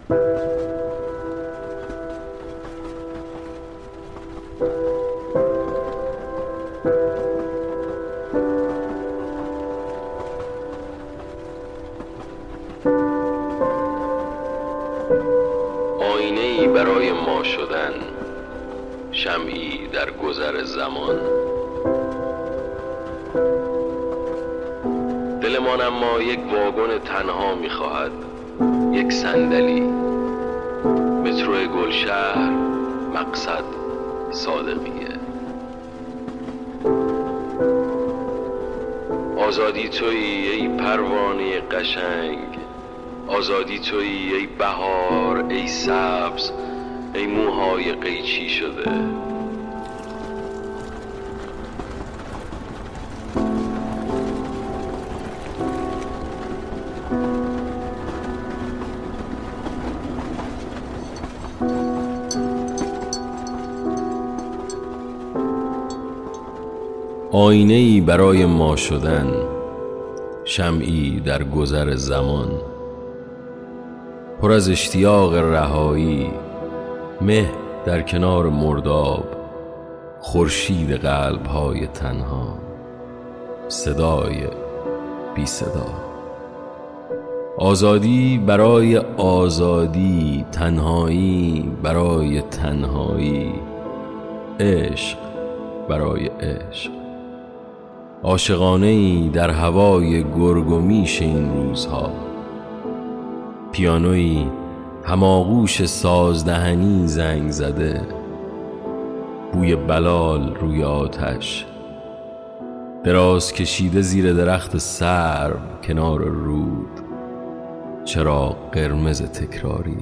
آینه‌ای برای ما شدن، شمعی در گذر زمان. دلمان اما یک واگن تنها می‌خواهد، یک صندلی. مترو گلشهر، مقصد صادقیه. آزادی تویی ای پروانه قشنگ، آزادی تویی ای بهار، ای سبز، ای موهای قیچی شده. آینه‌ای برای ما شدن، شمعی در گذر زمان. پر از اشتیاق رهایی، مه در کنار مرداب، خورشید قلب‌های تنها، صدای بی صدا. آزادی برای آزادی، تنهایی برای تنهایی، عشق برای عشق. عاشقانه‌ای در هوای گرگ و میش این روزها، پیانویی هماغوش سازدهنی زنگ زده، بوی بلال روی آتش، دراز کشیده زیر درخت سرو کنار رود، چراغ قرمز تکراری.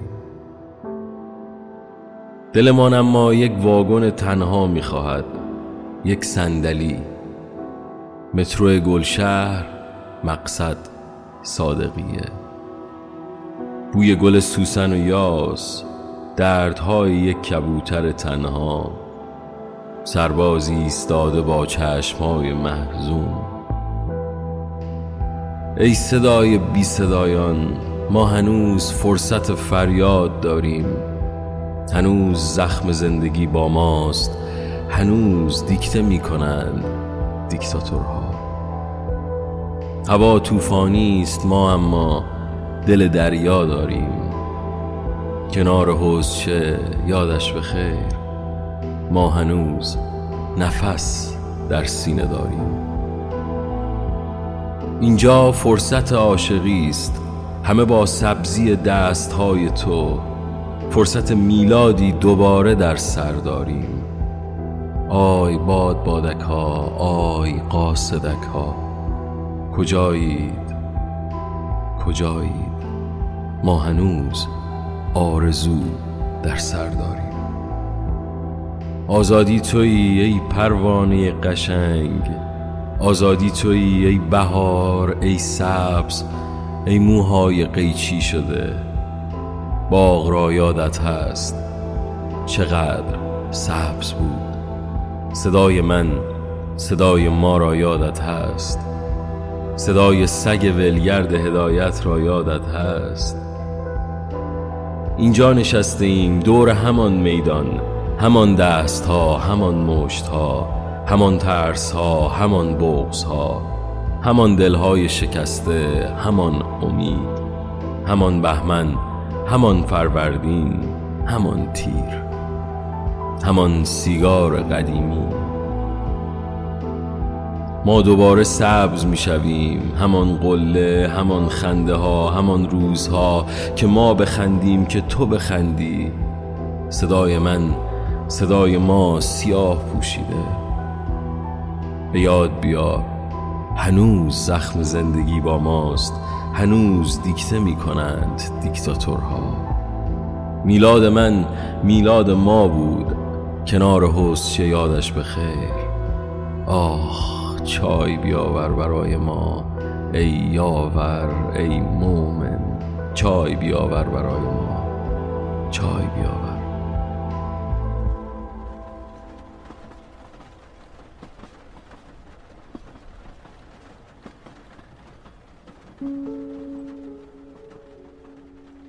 دلمان اما یک واگن تنها می‌خواهد، یک صندلی. مترو گلشهر، مقصد صادقیه. بوی گل سوسن و یاس، دردهای یک کبوتر تنها، سربازی ایستاده با چشمهای محزون. ای صدای بی صدایان، ما هنوز فرصت فریاد داریم. هنوز زخم زندگی با ماست، هنوز دیکته می کنند دیکتاتورها. هوا طوفانی است، ما اما دل دریا داریم. کنار حوضچه یادش بخیر، ما هنوز نفس در سینه داریم. اینجا فرصت عاشقی است، همه با سبزی دستهای تو. فرصت میلادی دوباره در سر داریم. آی باد بادک ها، آی قاصدک ها، کجایید کجایید؟ ما هنوز آرزو در سر داریم. آزادی تویی ای پروانه قشنگ، آزادی تویی ای بهار، ای سبز، ای موهای قیچی شده. باغ را یادت هست چقدر سبز بود. صدای من، صدای ما را یادت هست. صدای سگ ولگرد هدایت را یادت هست. اینجا نشسته ایم دور همان میدان، همان دست ها، همان مشت ها، همان ترس ها، همان بغض ها، همان دل های شکسته، همان امید، همان بهمن، همان فروردین، همان تیر، همان سیگار قدیمی. ما دوباره سبز می شویم، همان قله، همان خنده ها، همان روزها که ما بخندیم که تو بخندی. صدای من، صدای ما سیاه پوشیده. به یاد بیار هنوز زخم زندگی با ماست، هنوز دیکته می کنند دیکتاتورها. میلاد من میلاد ما بود، کنار حوضچه یادش بخیر. آه چای بیاور برای ما ای یاور، ای مومن. چای بیاور برای ما، چای بیاور.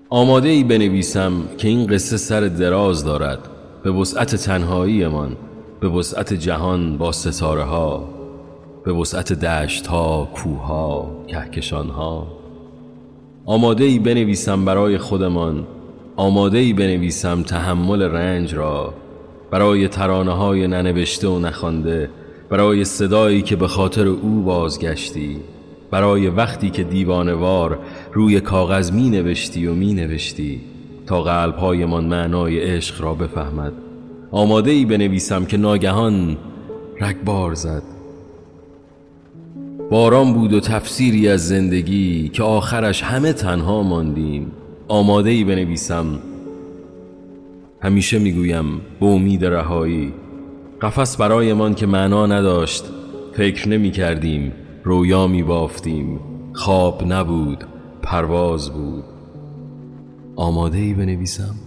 آماده ای بنویسم که این قصه سر دراز دارد، به وسعت تنهایی من، به وسعت جهان با ستاره ها، به وسعت دشت ها، کوه ها، کهکشان ها. آماده ای بنویسم برای خودمان، آماده ای بنویسم تحمل رنج را، برای ترانه های ننوشته و نخوانده، برای صدایی که به خاطر او بازگشتی، برای وقتی که دیوانه‌وار روی کاغذ می نوشتی و می نوشتی تا قلب‌هایمان معنای عشق را بفهمد. آماده ای بنویسم که ناگهان رگبار زد، باران بود و تفسیری از زندگی که آخرش همه تنها ماندیم. آماده ای بنویسم، همیشه میگویم به امید رهایی، قفس برایمان که معنا نداشت، فکر نمی کردیم، رویا می بافتیم، خواب نبود، پرواز بود. آماده ای بنویسم